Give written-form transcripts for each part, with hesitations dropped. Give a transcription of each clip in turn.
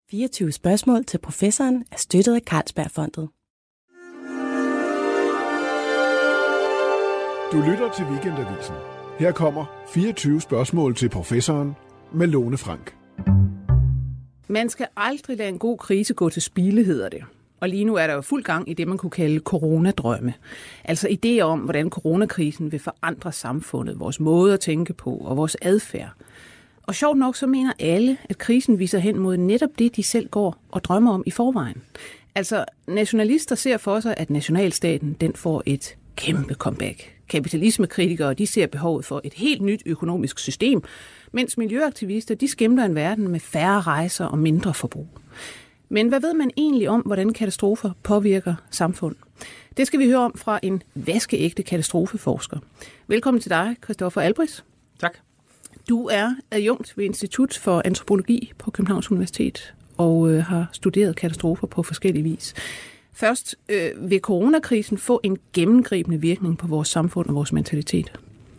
24 spørgsmål til professoren er støttet af Carlsbergfondet. Du lytter til Weekendavisen. Her kommer 24 spørgsmål til professoren med Lone Frank. Man skal aldrig lade en god krise gå til spilde, hedder det. Og lige nu er der jo fuld gang i det, man kunne kalde coronadrømme. Altså idéer om, hvordan coronakrisen vil forandre samfundet, vores måde at tænke på og vores adfærd. Og sjovt nok så mener alle, at krisen viser hen mod netop det, de selv går og drømmer om i forvejen. Altså nationalister ser for sig, at nationalstaten den får et kæmpe comeback. Kapitalismekritikere de ser behovet for et helt nyt økonomisk system, mens miljøaktivister de skæmter en verden med færre rejser og mindre forbrug. Men hvad ved man egentlig om, hvordan katastrofer påvirker samfund? Det skal vi høre om fra en vaskeægte katastrofeforsker. Velkommen til dig, Christoffer Albris. Tak. Du er adjunkt ved Institut for Antropologi på Københavns Universitet og har studeret katastrofer på forskellige vis. Først, vil coronakrisen få en gennemgribende virkning på vores samfund og vores mentalitet?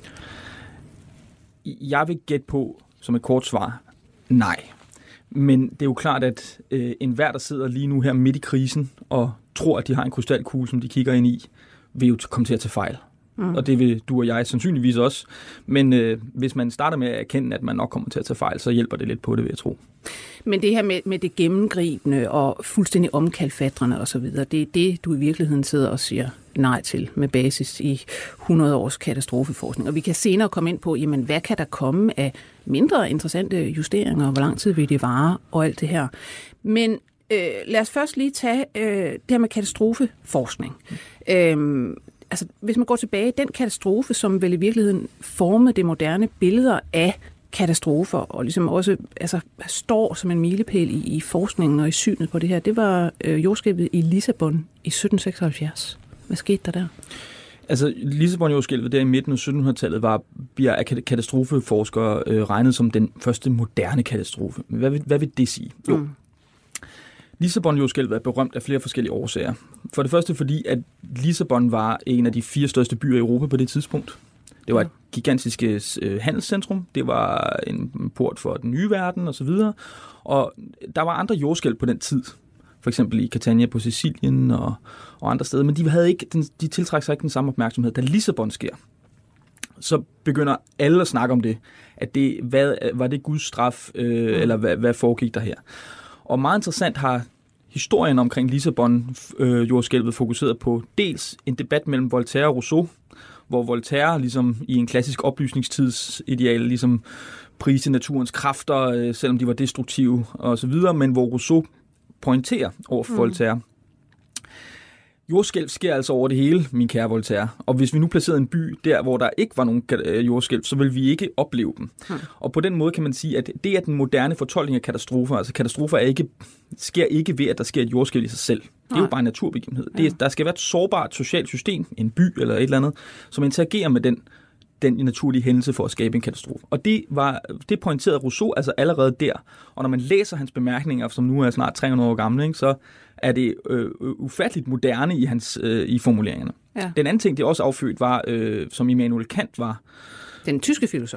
Jeg vil gætte på, som et kort svar, nej. Men det er jo klart, at enhver, der sidder lige nu her midt i krisen og tror, at de har en krystalkugle, som de kigger ind i, vil jo komme til at tage fejl. Og det vil du og jeg sandsynligvis også. Men hvis man starter med at erkende, at man nok kommer til at tage fejl, så hjælper det lidt på det, vil jeg tro. Men det her med det gennemgribende og fuldstændig omkalfatrende osv., det er det, du i virkeligheden sidder og siger nej til med basis i 100 års katastrofeforskning. Og vi kan senere komme ind på, jamen, hvad kan der komme af mindre interessante justeringer, og hvor lang tid vil det vare og alt det her. Men lad os først lige tage det her med katastrofeforskning. Altså, hvis man går tilbage, den katastrofe, som vel i virkeligheden formede det moderne billeder af katastrofer, og ligesom også står som en milepæl i forskningen og i synet på det her, det var jordskælvet i Lissabon i 1776. Hvad skete der? Altså, Lissabon-jordskælvet der i midten af 1700-tallet bliver af katastrofeforskere regnet som den første moderne katastrofe. Hvad vil det sige? Jo. Lissabon-jordskælvet er berømt af flere forskellige årsager. For det første fordi, at Lissabon var en af de 4 største byer i Europa på det tidspunkt. Det var et gigantisk handelscentrum. Det var en port for den nye verden osv. Og der var andre jordskælv på den tid. For eksempel i Catania på Sicilien og andre steder. Men de tiltrækker sig ikke den samme opmærksomhed. Da Lissabon sker, så begynder alle at snakke om det. At var det Guds straf, eller hvad foregik der her? Og meget interessant har historien omkring Lissabon-jordskælvet fokuseret på dels en debat mellem Voltaire og Rousseau, hvor Voltaire ligesom i en klassisk oplysningstidsideal ligesom priste naturens kræfter, selvom de var destruktive osv., men hvor Rousseau pointerer over for Voltaire. Jordskælv sker altså over det hele, min kære Voltaire. Og hvis vi nu placerede en by der, hvor der ikke var nogen jordskælv, så vil vi ikke opleve dem. Og på den måde kan man sige, at det er den moderne fortolkning af katastrofer. Altså katastrofer sker ikke ved, at der sker et jordskælv i sig selv. Det er jo bare en naturbegivenhed. Der skal være et sårbart socialt system, en by eller et eller andet, som interagerer med den naturlige hændelse for at skabe en katastrofe. Og det pointerede Rousseau altså allerede der. Og når man læser hans bemærkninger, som nu er snart 300 år gamle, ikke, så er det ufatteligt moderne i formuleringerne. Ja. Den anden ting, det også affødt, var, som Immanuel Kant var, Den tyske filosof.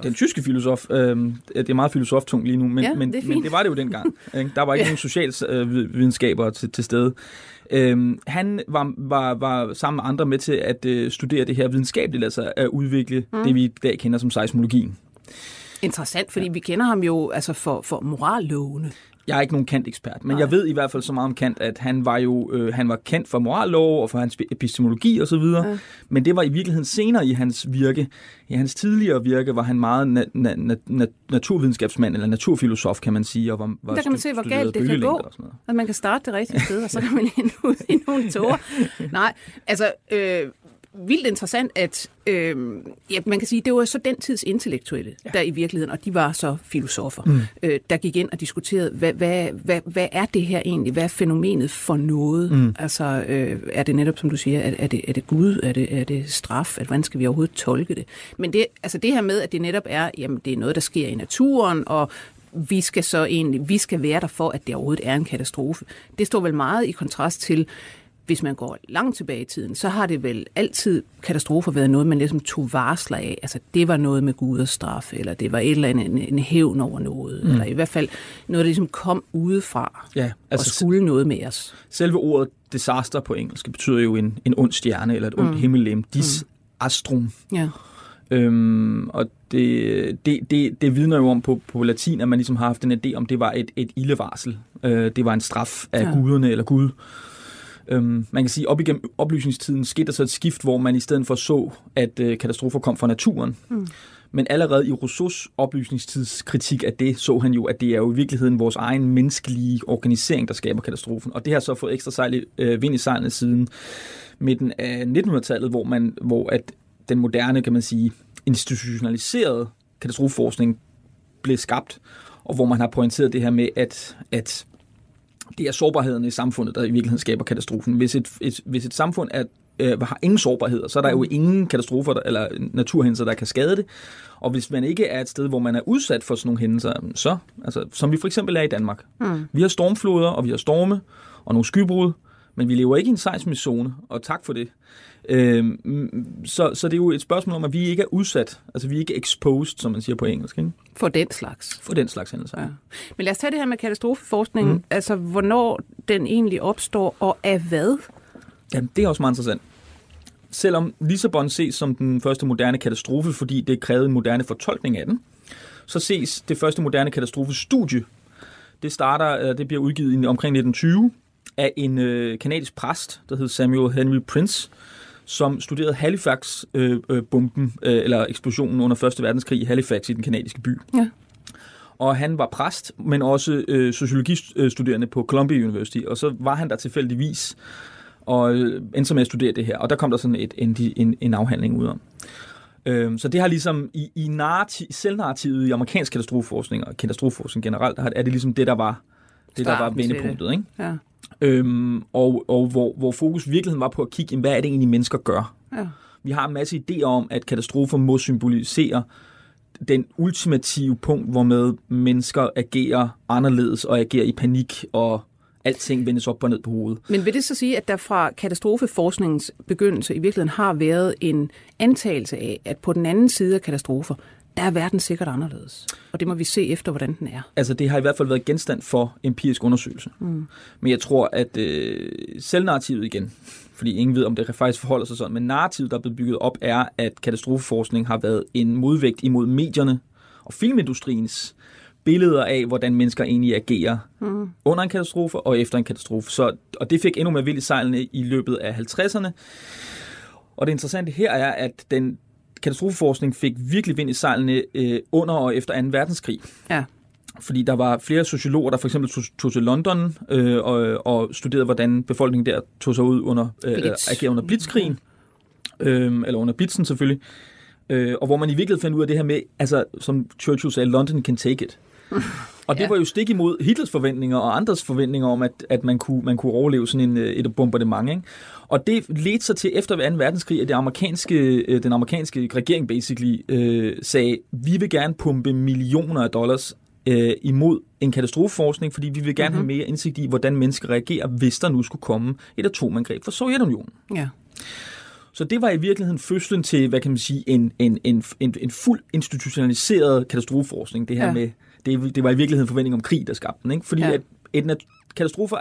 Det er meget filosoftungt lige nu, men det var det jo dengang. Ikke? Der var ikke nogen socialvidenskaber til stede. Han var sammen med andre med til at studere det her videnskabeligt, altså at udvikle det, vi i dag kender som seismologien. Interessant, fordi vi kender ham jo altså for morallovene. Jeg er ikke nogen Kant-ekspert, men jeg ved i hvert fald så meget om Kant, at han var kendt for morallov og for hans epistemologi osv., men det var i virkeligheden senere i hans virke. I hans tidligere virke var han meget naturvidenskabsmand eller naturfilosof, kan man sige. Og var der kan man se, hvor galt det kan gå, at man kan starte det rigtige sted, og så kan man ind ud i nogle tårer. Nej, altså vildt interessant, at man kan sige, det var så den tids intellektuelle, der i virkeligheden, og de var så filosofer, der gik ind og diskuterede, hvad er det her egentlig? Hvad er fænomenet for noget? Altså, er det netop, som du siger, er det Gud? Er det straf? Hvordan skal vi overhovedet tolke det? Men det her med, at det netop er, jamen, det er noget, der sker i naturen, og vi skal være der for, at det overhovedet er en katastrofe. Det står vel meget i kontrast til hvis man går langt tilbage i tiden, så har det vel altid katastrofer været noget, man ligesom tog varsler af. Altså, det var noget med Gud og straf, eller det var et eller andet, en hævn over noget, eller i hvert fald noget, der ligesom kom udefra og skulle noget med os. Selve ordet disaster på engelsk betyder jo en ond stjerne, eller et ondt himmellegeme. Astrum. Ja. Og det vidner jo om på latin, at man ligesom har haft en idé om, det var et ildevarsel. Det var en straf af guderne eller Gud. Man kan sige, op igennem oplysningstiden skete der så et skift, hvor man i stedet for så, at katastrofer kom fra naturen. Men allerede i Rousseaus oplysningstidskritik af det, så han jo, at det er jo i virkeligheden vores egen menneskelige organisering, der skaber katastrofen. Og det har så fået ekstra vind i sejlene siden midten af 1900-tallet, hvor at den moderne, kan man sige, institutionaliserede katastrofeforskning blev skabt, og hvor man har pointeret det her med, at det er sårbarheden i samfundet, der i virkeligheden skaber katastrofen. Hvis et samfund har ingen sårbarheder, så er der jo ingen katastrofer eller naturhændelser, der kan skade det. Og hvis man ikke er et sted, hvor man er udsat for sådan nogle hændelser, så, altså, som vi for eksempel er i Danmark. Vi har stormfloder, og vi har storme, og nogle skybrud, men vi lever ikke i en seismisk zone, og tak for det. Så det er jo et spørgsmål om, at vi ikke er udsat, altså vi er ikke exposed, som man siger på engelsk. Ikke? For den slags hændelser. Ja. Men lad os tage det her med katastrofeforskningen, altså hvornår den egentlig opstår, og af hvad? Jamen, det er også meget interessant. Selvom Lissabon ses som den første moderne katastrofe, fordi det krævede en moderne fortolkning af den, så ses det første moderne katastrofestudie. Det bliver udgivet omkring 1920 af en kanadisk præst, der hed Samuel Henry Prince, som studerede Halifax-bomben, eller eksplosionen under 1. verdenskrig i Halifax i den kanadiske by. Ja. Og han var præst, men også sociologistuderende på Columbia University, og så var han der tilfældigvis og endte så med at studere det her, og der kom der sådan en afhandling ud om. Så det har ligesom i selvnarrativet i amerikansk katastrofeforskning og katastrofeforskning generelt, der er det ligesom det, der var vendepunktet, ikke? Ja. Og hvor fokus i virkeligheden var på at kigge, hvad er det egentlig mennesker gør? Ja. Vi har en masse idéer om, at katastrofer må symbolisere den ultimative punkt, hvor med mennesker agerer anderledes og agerer i panik, og alting vendes op og ned på hovedet. Men vil det så sige, at der fra katastrofeforskningens begyndelse i virkeligheden har været en antagelse af, at på den anden side af katastrofer, der er verden sikkert anderledes. Og det må vi se efter, hvordan den er. Altså, det har i hvert fald været genstand for empirisk undersøgelse. Men jeg tror, at selvnarrativet igen, fordi ingen ved, om det faktisk forholder sig sådan, men narrativet, der er blevet bygget op, er, at katastrofeforskning har været en modvægt imod medierne og filmindustriens billeder af, hvordan mennesker egentlig agerer under en katastrofe og efter en katastrofe. Og det fik endnu mere vild i sejlene i løbet af 50'erne. Og det interessante her er, at den katastrofeforskning fik virkelig vind i sejlene under og efter 2. verdenskrig. Ja. Fordi der var flere sociologer, der for eksempel tog til London og studerede, hvordan befolkningen der tog sig ud agerede under Blitzkrigen. Eller under Blitzen selvfølgelig. Og hvor man i virkeligheden fandt ud af det her med, altså som Churchill sagde, London can take it. Og det var jo stik imod Hitlers forventninger og andres forventninger om, at man kunne overleve sådan et bombardement. Ikke? Og det ledte sig til efter 2. verdenskrig, at den amerikanske regering basically sagde, vi vil gerne pumpe millioner af dollars imod en katastrofeforskning, fordi vi vil gerne have mere indsigt i, hvordan mennesker reagerer, hvis der nu skulle komme et atomangreb fra Sovjetunionen. Ja. Så det var i virkeligheden fødslen til, hvad kan man sige, en fuld institutionaliseret katastrofeforskning. Det her med, det var i virkeligheden forventning om krig, der skabte den. Ikke? Fordi at katastrofer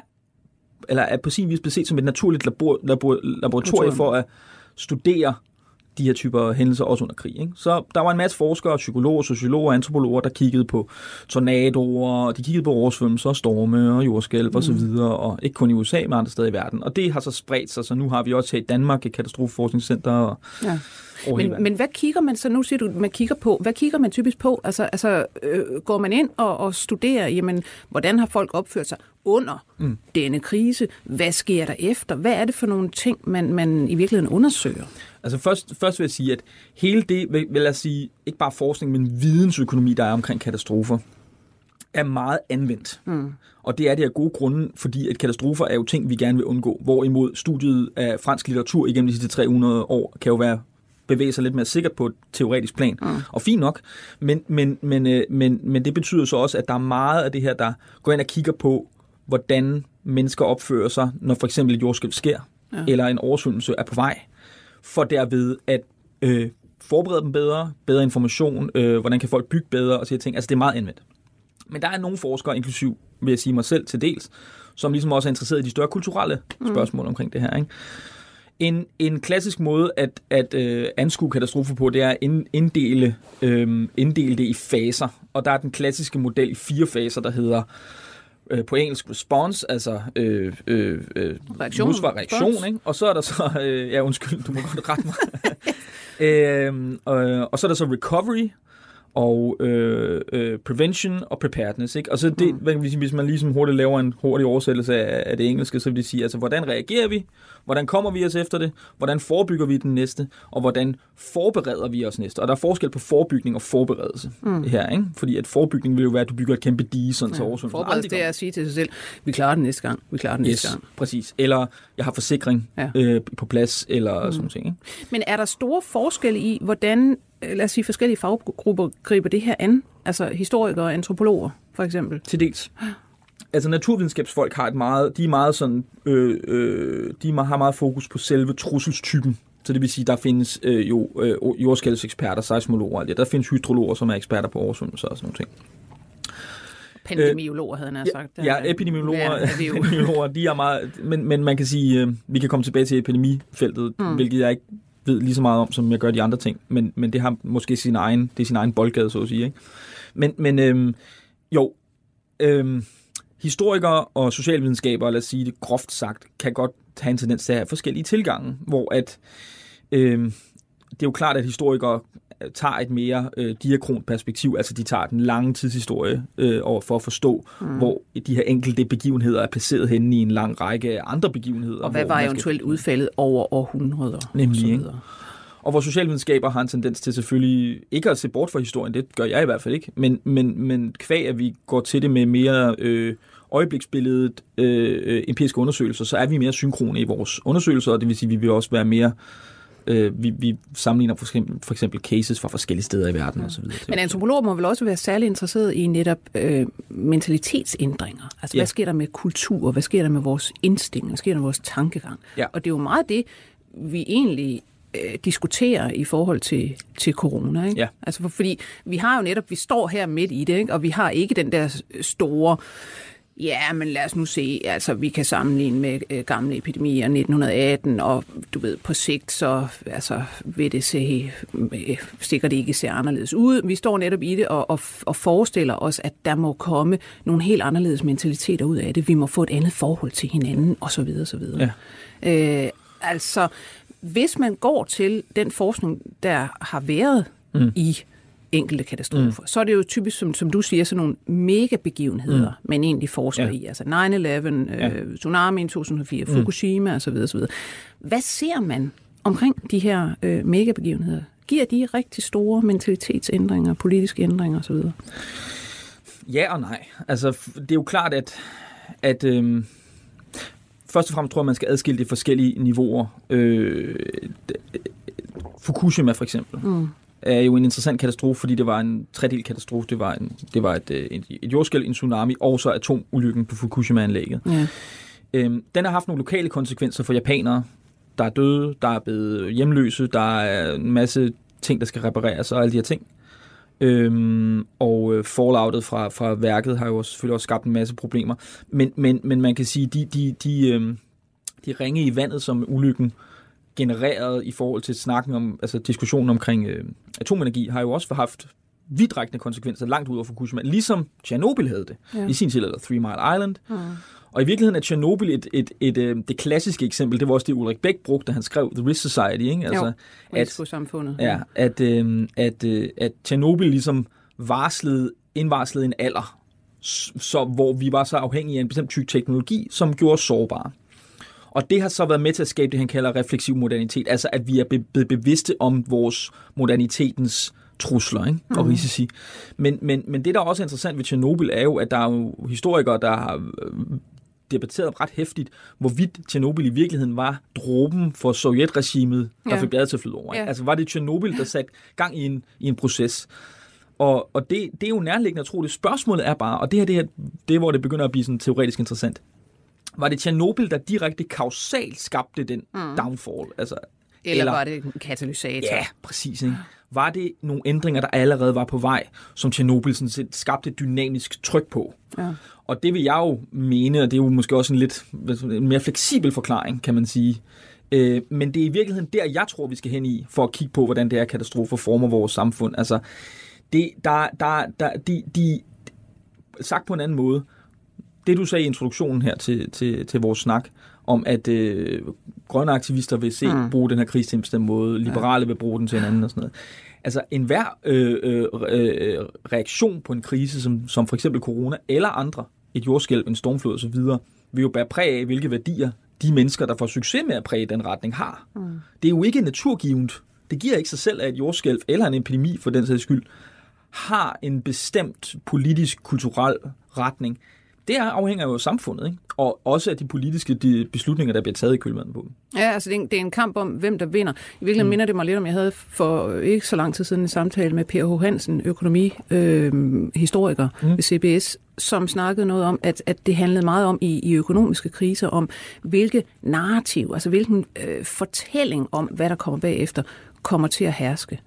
er på sin vis beset som et naturligt laboratorium for at studere de her typer hændelser også under krig. Ikke? Så der var en masse forskere, psykologer, sociologer, antropologer, der kiggede på tornadoer, og de kiggede på oversvømmelser, storme og jordskælv og så videre, og ikke kun i USA, men andre steder i verden. Og det har så spredt sig, så nu har vi også her i Danmark et katastrofeforskningscenter. Og men hvad kigger man så? Nu siger du, man kigger på. Hvad kigger man typisk på? Altså går man ind og studerer, jamen, hvordan har folk opført sig under denne krise? Hvad sker der efter? Hvad er det for nogle ting, man i virkeligheden undersøger? Altså først vil jeg sige, at hele det, vil jeg sige, ikke bare forskning, men vidensøkonomi, der er omkring katastrofer, er meget anvendt. Og det er det af gode grunde, fordi at katastrofer er jo ting, vi gerne vil undgå. Hvorimod studiet af fransk litteratur igennem de sidste 300 år kan jo bevæge sig lidt mere sikkert på et teoretisk plan. Og fint nok, men det betyder så også, at der er meget af det her, der går ind og kigger på, hvordan mennesker opfører sig, når for eksempel et jordskælv sker, eller en oversvømmelse er på vej, for derved at forberede dem bedre information, hvordan kan folk bygge bedre, og sådan ting. Altså det er meget anvendt. Men der er nogle forskere, inklusiv, vil jeg sige mig selv til dels, som ligesom også er interesseret i de større kulturelle spørgsmål omkring det her, ikke? En klassisk måde at anskue katastrofer på, det er at inddele det i faser. Og der er den klassiske model i 4 faser, der hedder på engelsk response, altså reaktion, ikke? Og så er der så, undskyld, du må godt rette mig. Og så er der så recovery, og prevention og preparedness, ikke? Og så det, hvis man ligesom hurtigt laver en hurtig oversættelse af det engelske, så vil det sige, altså hvordan reagerer vi, hvordan kommer vi os efter det, hvordan forebygger vi den næste, og hvordan forbereder vi os næste. Og der er forskel på forebygning og forberedelse her, ikke? Fordi at forebygning vil jo være, at du bygger et kæmpe dige, sådan så oversvømmelsen. Forberedelse, det er at sige til sig selv, vi klarer den næste gang, præcis. Eller jeg har forsikring på plads, eller sådan ting, ikke? Men er der store forskelle i, hvordan, lad os sige, forskellige faggrupper griber det her an? Altså historikere og antropologer, for eksempel? Til dels. Altså naturvidenskabsfolk har de er meget sådan, har meget fokus på selve trusselstypen. Så det vil sige, der findes jordskælvseksperter, seismologer, der findes hydrologer, som er eksperter på oversvømmelser og sådan noget ting. Pandemiologer, havde han sagt. Epidemiologer, de er meget, men man kan sige, vi kan komme tilbage til epidemifeltet, hvilket jeg ikke ved lige så meget om, som jeg gør de andre ting, men det har måske sin egen boldgade, så at sige, ikke? Historikere og socialvidenskabere, lad os sige det groft sagt, kan godt have en tendens til at have forskellige tilgange, hvor at det er jo klart, at historikere tager et mere diakront perspektiv, altså de tager den lange tidshistorie for at forstå, hvor de her enkelte begivenheder er placeret henne i en lang række andre begivenheder. Og hvad var eventuelt udfaldet over århundreder? Nemlig, ikke? Og hvor socialvidenskaber har en tendens til selvfølgelig ikke at se bort fra historien, det gør jeg i hvert fald ikke, men kvæg, at vi går til det med mere øjebliksbilledet, empiriske undersøgelser, så er vi mere synkrone i vores undersøgelser, og det vil sige, at vi vil også være mere vi sammenligner for eksempel cases fra forskellige steder i verden osv. Men antropologer må vel også være særlig interesseret i netop mentalitetsændringer. Altså hvad sker der med kultur, hvad sker der med vores instinkt, hvad sker der med vores tankegang? Ja. Og det er jo meget det, vi egentlig diskuterer i forhold til corona, ikke? Ja. Altså fordi vi har jo netop, vi står her midt i det, ikke? Og vi har ikke den der store, men lad os nu se, altså vi kan sammenligne med gamle epidemier 1918, og du ved, på sigt så vil det sikkert ikke se anderledes ud. Vi står netop i det og forestiller os, at der må komme nogle helt anderledes mentaliteter ud af det. Vi må få et andet forhold til hinanden, osv. osv. Ja. Hvis man går til den forskning, der har været i enkelte katastrofer, så er det jo typisk, som du siger, sådan nogle megabegivenheder, man egentlig forsker i. Altså 9/11, tsunami i 2004, Fukushima osv. osv. Hvad ser man omkring de her megabegivenheder? Giver de rigtig store mentalitetsændringer, politiske ændringer osv.? Ja og nej. Altså, det er jo klart, at først og fremmest tror jeg, man skal adskille de forskellige niveauer. Fukushima for eksempel er jo en interessant katastrofe, fordi det var en tredel katastrofe. Det var et jordskælv, en tsunami og så atomulykken på Fukushima-anlægget. Ja. Den har haft nogle lokale konsekvenser for japanere. Der er døde, der er blevet hjemløse, der er en masse ting, der skal repareres og alle de her ting. Og falloutet fra værket har jo selvfølgelig også skabt en masse problemer. Men man kan sige, de ringe i vandet, som ulykken genereret i forhold til snakken om, altså diskussionen omkring atomenergi, har jo også haft vidtrækkende konsekvenser langt ud over Fukushima, ligesom Tjernobyl havde det i sin tid, eller 3 Mile Island. Og i virkeligheden er Tjernobyl det klassiske eksempel, det var også det Ulrik Bech brugte, da han skrev The Risk Society, ikke? Altså, risikosamfundet. At Tjernobyl ligesom indvarslede en alder, hvor vi var så afhængige af en bestemt type teknologi, som gjorde os sårbare. Og det har så været med til at skabe det, han kalder refleksiv modernitet, altså at vi er blevet bevidste om vores modernitetens trusler, ikke? Og risici. Men det, der også er interessant ved Tjernobyl, er jo, at der er jo historikere, der har debatteret ret hæftigt, hvorvidt Tjernobyl i virkeligheden var dråben for sovjetregimet, der fik bladet til at flyde over. Ikke? Altså var det Tjernobyl, der satte gang i en proces. Og det er jo nærliggende at tro, det spørgsmålet er bare, og det er hvor det begynder at blive sådan teoretisk interessant. var det Tjernobyl, der direkte kausalt skabte den downfall? Altså, eller var det en katalysator? Ja, præcis. Ikke? Var det nogle ændringer, der allerede var på vej, som Tjernobyl sådan set skabte et dynamisk tryk på? Ja. Og det vil jeg jo mene, og det er jo måske også en mere fleksibel forklaring, kan man sige. Men det er i virkeligheden der, jeg tror, vi skal hen i, for at kigge på, hvordan det her katastrofer former vores samfund. Altså, sagt på en anden måde, det du sagde i introduktionen her til vores snak, om at grønne aktivister vil bruge den her krise til en bestemt måde, liberale vil bruge den til en anden og sådan noget. Altså enhver reaktion på en krise, som for eksempel corona eller andre, et jordskælv, en stormflod osv., vil jo bære præg af, hvilke værdier de mennesker, der får succes med at præge den retning, har. Det er jo ikke naturgivent. Det giver ikke sig selv, at et jordskælv eller en epidemi for den sags skyld har en bestemt politisk, kulturel retning. Det afhænger jo af samfundet, ikke? Og også af de politiske beslutninger, der bliver taget i kølvandet på dem. Ja, altså det er en kamp om, hvem der vinder. I virkeligheden minder det mig lidt om, jeg havde for ikke så lang tid siden en samtale med Per H. Hansen, økonomihistoriker ved CBS, som snakkede noget om, at det handlede meget om i økonomiske kriser, om hvilke narrativ, altså hvilken fortælling om, hvad der kommer bagefter, kommer til at herske.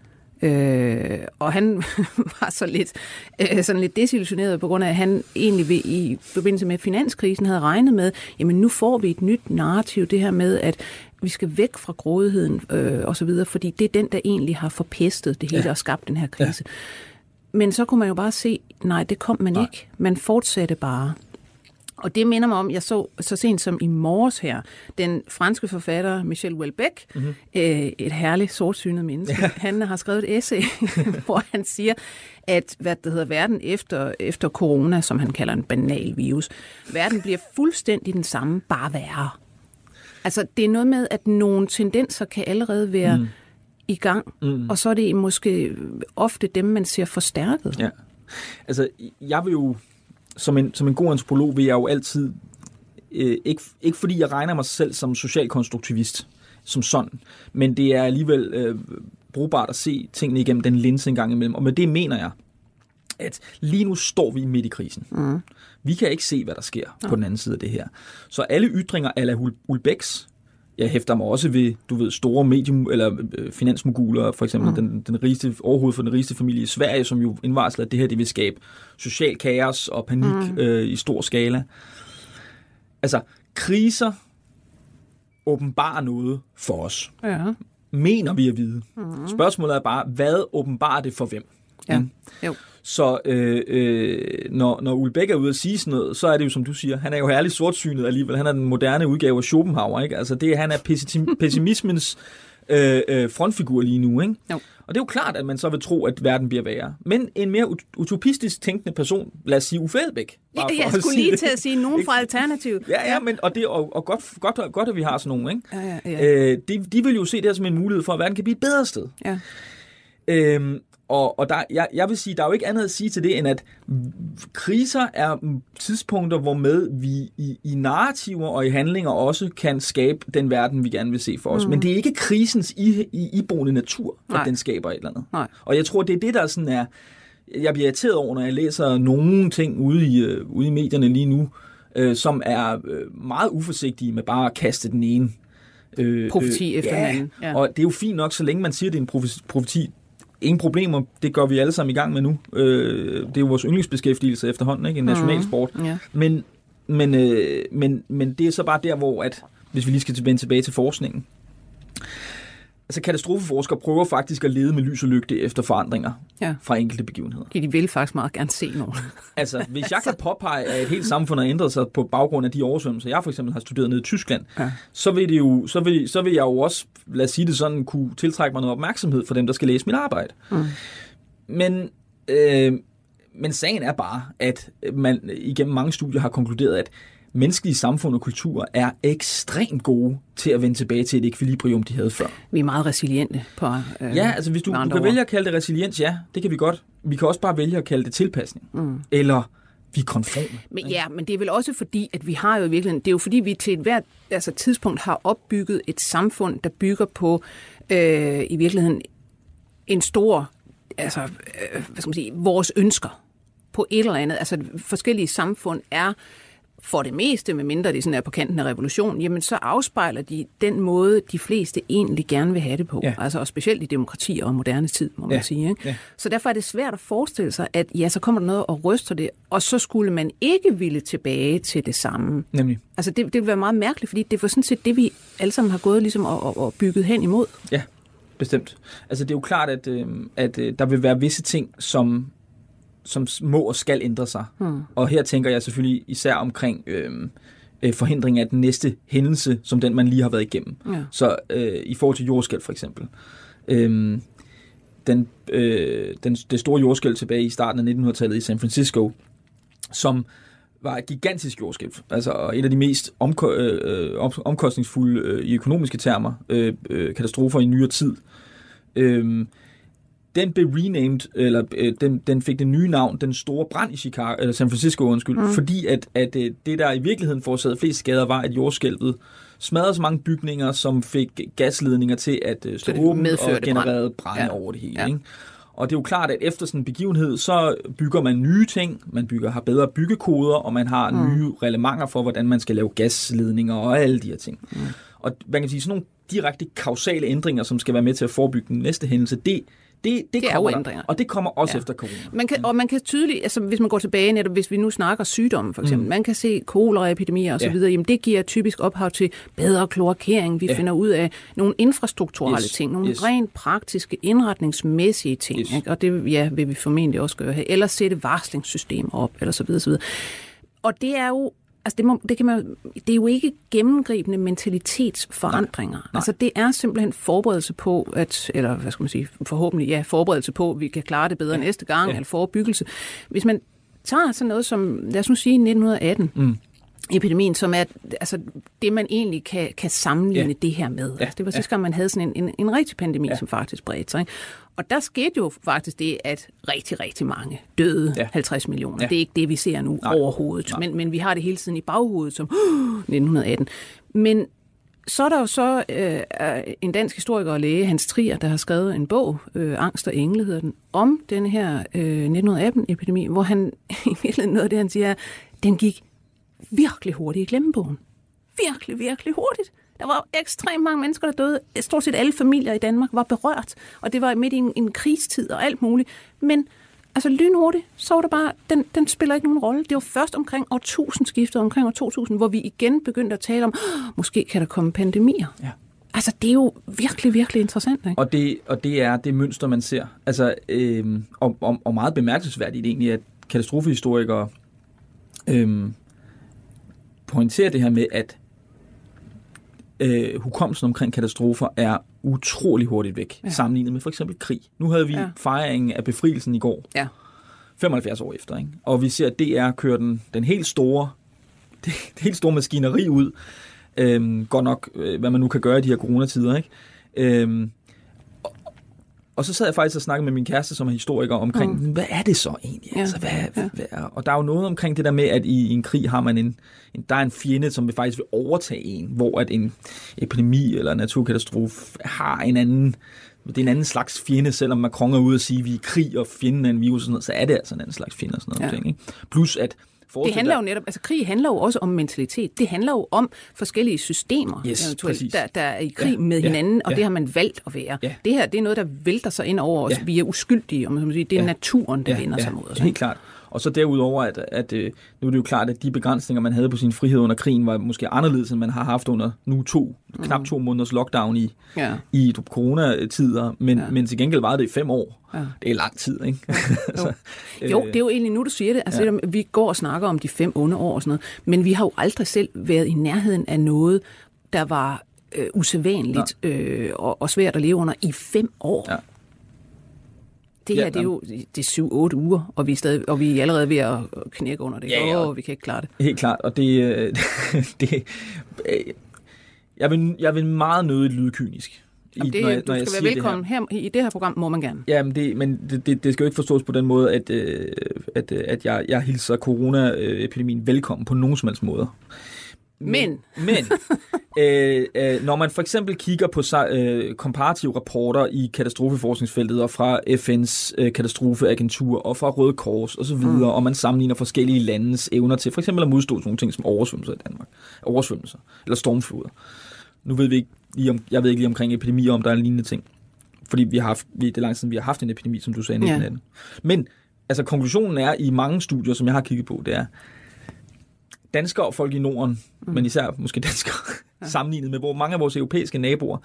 Og han var sådan lidt desillusioneret på grund af, at han egentlig i forbindelse med finanskrisen havde regnet med, jamen nu får vi et nyt narrativ, det her med, at vi skal væk fra grådigheden og så videre, fordi det er den, der egentlig har forpestet det hele og skabt den her krise. Ja. Men så kunne man jo bare se, nej, det kom man ikke. Man fortsatte bare. Og det minder mig om, jeg så sent som i morges her, den franske forfatter Michel Houellebecq, et herligt sortsynet menneske, han har skrevet et essay, hvor han siger, at verden efter corona, som han kalder en banal virus, verden bliver fuldstændig den samme, bare værre. Altså det er noget med, at nogle tendenser kan allerede være i gang, og så er det måske ofte dem, man ser forstærket. Ja. Altså jeg vil jo som en god antropolog vil jeg jo altid, ikke fordi jeg regner mig selv som socialkonstruktivist, som sådan, men det er alligevel brugbart at se tingene igennem den linse en gang imellem. Og med det mener jeg, at lige nu står vi midt i krisen. Vi kan ikke se, hvad der sker på den anden side af det her. Så alle ytringer a la Houellebecqs, jeg hæfter mig også ved, store medium eller finansmoguler, for eksempel den rigeste, overhovedet for den rigeste familie i Sverige, som jo indvarsler, at det her det vil skabe social kaos og panik i stor skala. Altså, kriser åbenbarer noget for os. Ja. Mener vi at vide. Spørgsmålet er bare, hvad åbenbarer det for hvem? Ja. Jo. Så når Houellebecq er ude at sige sådan noget, så er det jo, som du siger, han er jo herligt sortsynet alligevel. Han er den moderne udgave af Schopenhauer, ikke? Altså han er pessimismens frontfigur lige nu, ikke? Jo. Og det er jo klart, at man så vil tro, at verden bliver værre. Men en mere utopistisk tænkende person, lad os sige Uffe Elbæk. Ja, jeg skulle lige til at sige nogen fra Alternativet. Ja, men og godt, at vi har sådan nogen, ikke? Ja. De vil jo se det her som en mulighed for, at verden kan blive et bedre sted. Ja. Og jeg vil sige, der er jo ikke andet at sige til det, end at kriser er tidspunkter, hvormed vi i narrativer og i handlinger også kan skabe den verden, vi gerne vil se for os. Men det er ikke krisens iboende natur, at den skaber et eller andet. Nej. Og jeg tror, det er det, der sådan er... Jeg bliver irriteret over, når jeg læser nogle ting ude i medierne lige nu, som er meget uforsigtige med bare at kaste den ene profeti efter den anden. Ja. Og det er jo fint nok, så længe man siger, det er en profeti. Ingen problemer, det går vi alle sammen i gang med nu. Det er jo vores yndlingsbeskæftigelse efterhånden, ikke? En national sport. Ja. Men det er så bare der, hvor at, hvis vi lige skal vende tilbage til forskningen, altså katastrofeforskere prøver faktisk at lede med lys og lygte efter forandringer fra enkelte begivenheder. De vil faktisk meget gerne se nogen. Altså, hvis jeg kan påpege, at et helt samfund har ændret sig på baggrund af de oversvømmelser, jeg for eksempel har studeret nede i Tyskland, så vil jeg jo også, lad os sige det sådan, kunne tiltrække mig noget opmærksomhed for dem, der skal læse mit arbejde. Men sagen er bare, at man igennem mange studier har konkluderet, at menneskelige samfund og kulturer er ekstremt gode til at vende tilbage til et ekvilibrium, de havde før. Vi er meget resiliente på ja, altså hvis du kan vælge at kalde det resiliens, ja, det kan vi godt. Vi kan også bare vælge at kalde det tilpasning. Eller vi er konforme. Men det er vel også fordi, at vi har jo i virkeligheden, det er jo fordi, vi til et hvert tidspunkt har opbygget et samfund, der bygger på i virkeligheden en stor, hvad skal man sige, vores ønsker på et eller andet. Altså forskellige samfund er for det meste, medmindre det sådan er på kanten af revolution, jamen så afspejler de den måde, de fleste egentlig gerne vil have det på. Ja. Altså, og specielt i demokratier og moderne tid, må man sige. Ikke? Ja. Så derfor er det svært at forestille sig, at ja, så kommer der noget og ryster det, og så skulle man ikke ville tilbage til det samme. Nemlig. Altså, det ville være meget mærkeligt, fordi det var sådan set det, vi alle sammen har gået ligesom og bygget hen imod. Ja, bestemt. Altså, det er jo klart, at der vil være visse ting, som må og skal ændre sig. Og her tænker jeg selvfølgelig især omkring forhindring af den næste hændelse, som den, man lige har været igennem. Ja. Så i forhold til jordskælv for eksempel. Det store jordskælv tilbage i starten af 1900-tallet i San Francisco, som var et gigantisk jordskælv. Altså et af de mest omkostningsfulde i økonomiske termer katastrofer i nyere tid. Den blev renamed, eller den fik det nye navn, den store brand i Chicago, eller San Francisco, fordi at det, der i virkeligheden forårsagede flest skader, var, at jordskælvet smadrede så mange bygninger, som fik gasledninger til at stå åben og genererede brand over det hele. Ja. Ikke? Og det er jo klart, at efter sådan en begivenhed, så bygger man nye ting, har bedre byggekoder, og man har nye reglementer for, hvordan man skal lave gasledninger og alle de her ting. Og man kan sige, sådan nogle direkte kausale ændringer, som skal være med til at forebygge den næste hændelse, det kommer der, og det kommer også efter corona. Man kan tydeligt, altså hvis man går tilbage netop, hvis vi nu snakker sygdomme for eksempel, man kan se koleraepidemier og så videre, jamen det giver typisk ophav til bedre kloakering, vi finder ud af nogle infrastrukturelle ting, nogle rent praktiske, indretningsmæssige ting, ikke? Og det vil vi formentlig også gøre her, eller sætte varslingssystemer op, eller så videre, så videre. Og det er jo altså det er jo ikke gennemgribende mentalitetsforandringer. Nej. Altså det er simpelthen forberedelse på, eller hvad skal man sige, forhåbentlig forberedelse på, at vi kan klare det bedre næste gang, eller forebyggelse. Hvis man tager sådan noget som, lad os nu sige 1918, epidemien, som er altså det, man egentlig kan sammenligne det her med. Altså, det var sidste gang, man havde sådan en rigtig pandemi, som faktisk bredte sig. Ikke? Og der skete jo faktisk det, at rigtig, rigtig mange døde, 50 millioner. Det er ikke det, vi ser nu overhovedet. Men vi har det hele tiden i baghovedet som 1918. Men så er der jo så en dansk historiker og læge, Hans Trier, der har skrevet en bog, Angst og Engle hedder den, om den her 1918-epidemi, hvor han i virkeligheden noget af det, han siger, den gik virkelig hurtigt i glemmebogen. Virkelig, virkelig hurtigt. Der var ekstremt mange mennesker, der døde. Stort set alle familier i Danmark var berørt, og det var midt i en krigstid og alt muligt. Men altså lynhurtigt, så var det bare, den spiller ikke nogen rolle. Det var først omkring årtusindskiftet, omkring år 2000, hvor vi igen begyndte at tale om, måske kan der komme pandemier. Ja. Altså, det er jo virkelig, virkelig interessant, ikke? Og det er det mønster, man ser. Altså, og meget bemærkelsesværdigt egentlig, at katastrofehistorikere pointerer det her med, at hukommelsen omkring katastrofer er utrolig hurtigt væk, sammenlignet med for eksempel krig. Nu havde vi fejringen af befrielsen i går, 75 år efter, ikke? Og vi ser, at DR kører den helt store, det helt store maskineri ud, godt nok, hvad man nu kan gøre i de her coronatider, ikke? Og så sad jeg faktisk og snakkede med min kæreste, som er historiker, omkring, hvad er det så egentlig? Ja. Altså, og der er jo noget omkring det der med, at i en krig har man der er en fjende, som vil faktisk vil overtage en, hvor at en epidemi eller en naturkatastrofe har det er en anden slags fjende, selvom Macron er ude og sige, at vi er i krig, og fjenden er en virus og sådan noget, så er det altså en anden slags fjende og sådan noget. Ikke? Plus at det handler jo netop, altså krig handler jo også om mentalitet. Det handler jo om forskellige systemer, der er i krig med hinanden, og det har man valgt at være. Ja. Det her, det er noget, der vælter sig ind over os. Vi er uskyldige, om man sige. Det er naturen, der vender sig mod os. Helt klart. Og så derudover, at nu er det jo klart, at de begrænsninger, man havde på sin frihed under krigen, var måske anderledes, end man har haft under nu knap 2 måneders lockdown i coronatider, men til gengæld varede det i 5 år. Ja. Det er lang tid, ikke? Jo, det er jo egentlig nu, du siger det. Altså, vi går og snakker om de 5 onde år og sådan noget, men vi har jo aldrig selv været i nærheden af noget, der var usædvanligt og svært at leve under i 5 år. Ja. Det her, det er jo 7-8 uger, og vi er allerede ved at knække under det. Vi kan ikke klare det. Helt klart, og jeg vil meget nødigt lyde kynisk. Du skal være velkommen her i det her program, må man gerne. Ja, men det skal jo ikke forstås på den måde, at jeg hilser coronaepidemien velkommen på nogen som helst måder. Når man for eksempel kigger på komparative rapporter i katastrofeforskningsfeltet og fra FN's katastrofeagentur og fra Røde Kors og så videre, og man sammenligner forskellige landes evner til for eksempel at modstå sådan nogle ting som oversvømmelser i Danmark. Oversvømmelser eller stormfloder. Nu ved vi ikke jeg ved ikke lige omkring epidemier, om der er lignende ting. Fordi det er lang tid siden, vi har haft en epidemi, som du sagde, 1918. Men altså, konklusionen er i mange studier, som jeg har kigget på, det er, danskere og folk i Norden, men især måske danskere, sammenlignet med mange af vores europæiske naboer,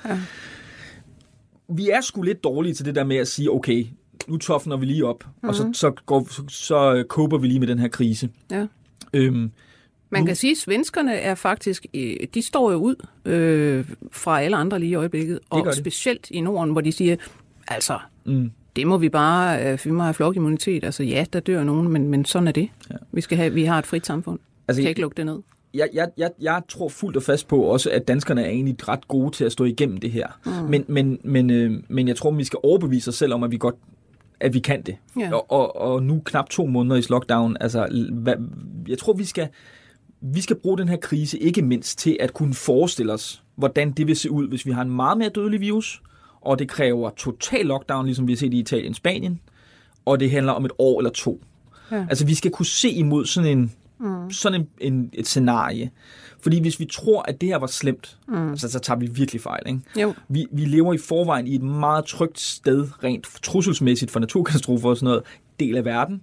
vi er sgu lidt dårlige til det der med at sige, okay, nu toffner vi lige op, og så coper vi lige med den her krise. Ja. Man kan sige, at svenskerne er faktisk, de står jo ud fra alle andre lige i øjeblikket, og specielt i Norden, hvor de siger, altså, det må vi bare, vi må have flokimmunitet, altså ja, der dør nogen, men sådan er det. Ja. Vi har et frit samfund. Altså, kan ikke lukke det ned. Jeg tror fuldt og fast på også, at danskerne er egentlig ret gode til at stå igennem det her. Men jeg tror, vi skal overbevise os selv om, at vi kan det. Ja. Og nu knap 2 måneder i lockdown, altså, jeg tror, vi skal bruge den her krise ikke mindst til at kunne forestille os, hvordan det vil se ud, hvis vi har en meget mere dødelig virus, og det kræver total lockdown, ligesom vi har set i Italien og Spanien, og det handler om 1 år eller 2. Ja. Altså, vi skal kunne se imod sådan et scenarie. Fordi hvis vi tror, at det her var slemt, så tager vi virkelig fejl. Ikke? Jo. Vi lever i forvejen i et meget trygt sted, rent trusselsmæssigt for naturkatastrofer og sådan noget, del af verden.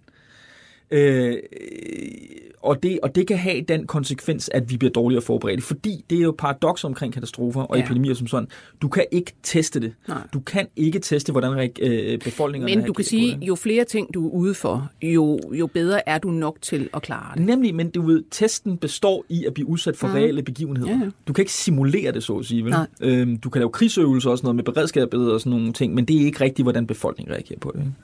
Og det kan have den konsekvens, at vi bliver dårligere forberedt. Fordi det er jo paradoks omkring katastrofer og epidemier som sådan. Du kan ikke teste det. Nej. Du kan ikke teste, hvordan befolkningen... Men du kan sige, jo flere ting du er ude for, jo bedre er du nok til at klare det. Nemlig, men testen består i at blive udsat for reelle begivenheder. Ja. Du kan ikke simulere det, så at sige. Vel? Du kan lave krigsøvelser og sådan noget med beredskabet og sådan nogle ting, men det er ikke rigtigt, hvordan befolkningen reagerer på det.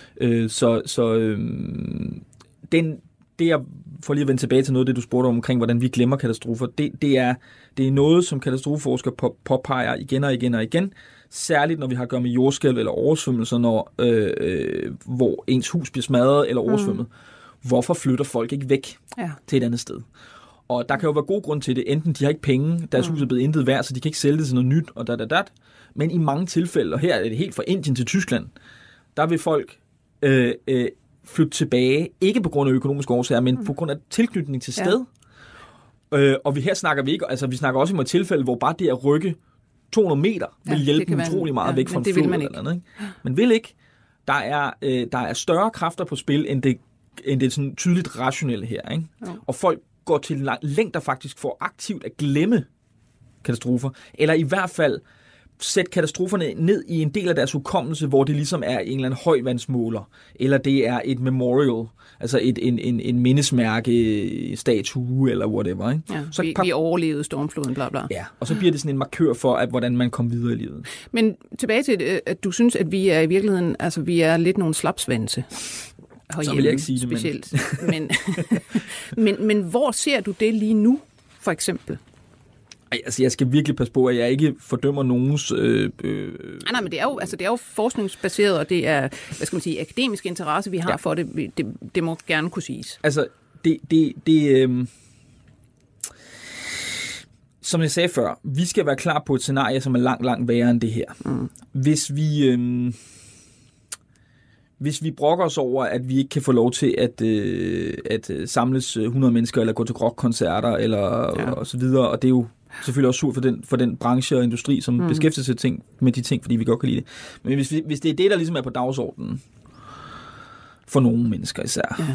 Det jeg får lige at vende tilbage til noget af det, du spurgte omkring, hvordan vi glemmer katastrofer, det er noget, som katastrofeforskere påpeger igen og igen og igen, særligt når vi har at gøre med jordskælv eller oversvømmelser, hvor ens hus bliver smadret eller oversvømmet. Hvorfor flytter folk ikke væk til et andet sted? Og der kan jo være god grund til det. Enten de har ikke penge, deres hus er blevet intet værd, så de kan ikke sælge det til noget nyt, og Men i mange tilfælde, og her er det helt fra Indien til Tyskland, der vil folk flytte tilbage, ikke på grund af økonomiske årsager, men på grund af tilknytning til sted. Og her snakker vi ikke, altså vi snakker også om et tilfælde, hvor bare det at rykke 200 meter vil hjælpe utrolig meget væk fra en flod eller andet. Ikke? Man vil ikke. Der er større kræfter på spil, end det sådan tydeligt rationelle her. Ikke? Og folk går til længder faktisk for aktivt at glemme katastrofer, eller i hvert fald sætte katastroferne ned i en del af deres hukommelse, hvor det ligesom er en eller anden højvandsmåler, eller det er et memorial, altså en mindesmærke, statue, eller whatever. Ikke? Ja, så vi overlevede stormfloden, bla bla. Ja, og så bliver det sådan en markør for, hvordan man kommer videre i livet. Men tilbage til, at du synes, at vi er i virkeligheden, altså vi er lidt nogle slapsvanse. Så vil jeg ikke sige det, specielt. Men hvor ser du det lige nu, for eksempel? Altså, jeg skal virkelig passe på, at jeg ikke fordømmer nogens... Nej, men det er jo forskningsbaseret, og det er, akademisk interesse, vi har for det. Det må gerne kunne siges. Altså, som jeg sagde før, vi skal være klar på et scenarie, som er langt, langt værre end det her. Hvis vi brokker os over, at vi ikke kan få lov til at samles 100 mennesker, eller gå til rockkoncerter, eller og så videre, og det er jo selvfølgelig også surt for den branche og industri, som beskæftiger sig med de ting, fordi vi godt kan lide det. Men hvis det er det, der ligesom er på dagsordenen, for nogle mennesker især,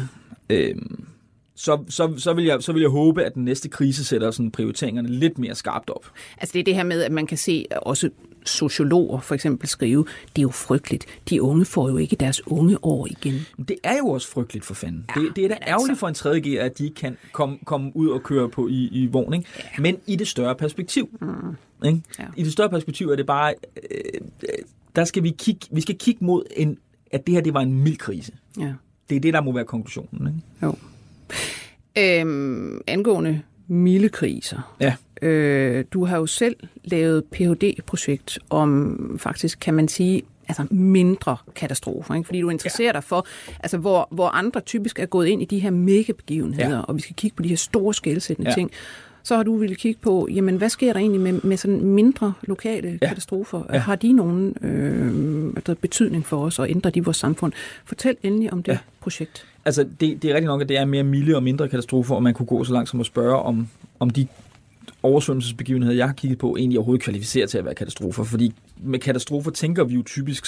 så vil jeg håbe, at den næste krise sætter sådan prioriteringerne lidt mere skarpt op. Altså det er det her med, at man kan se også sociologer for eksempel skrive, det er jo frygteligt. De unge får jo ikke deres unge år igen. Det er jo også frygteligt for fanden. Ja, det er da ærgerligt for en 3.G'er, at de ikke kan komme ud og køre på i vogn. Ikke? Ja. Men i det større perspektiv. Ikke? Ja. I det større perspektiv er det bare, der skal vi skal kigge mod, at det her det var en mild krise. Ja. Det er det, der må være konklusionen. Ikke? Jo. Angående milde kriser. Ja. Du har jo selv lavet Ph.D.-projekt om faktisk, kan man sige, altså mindre katastrofer, ikke? Fordi du interesserer dig for, altså hvor andre typisk er gået ind i de her megabegivenheder, og vi skal kigge på de her store skelsættende ting, så har du ville kigge på, jamen hvad sker der egentlig med sådan mindre lokale katastrofer? Ja. Har de nogen betydning for os, og ændrer de vores samfund? Fortæl endelig om det projekt. Altså, det er rigtigt nok, at det er mere milde og mindre katastrofer, og man kunne gå så langt som at spørge, om de oversvømmelsesbegivenheder, jeg har kigget på, egentlig overhovedet kvalificerer til at være katastrofer. Fordi med katastrofer tænker vi jo typisk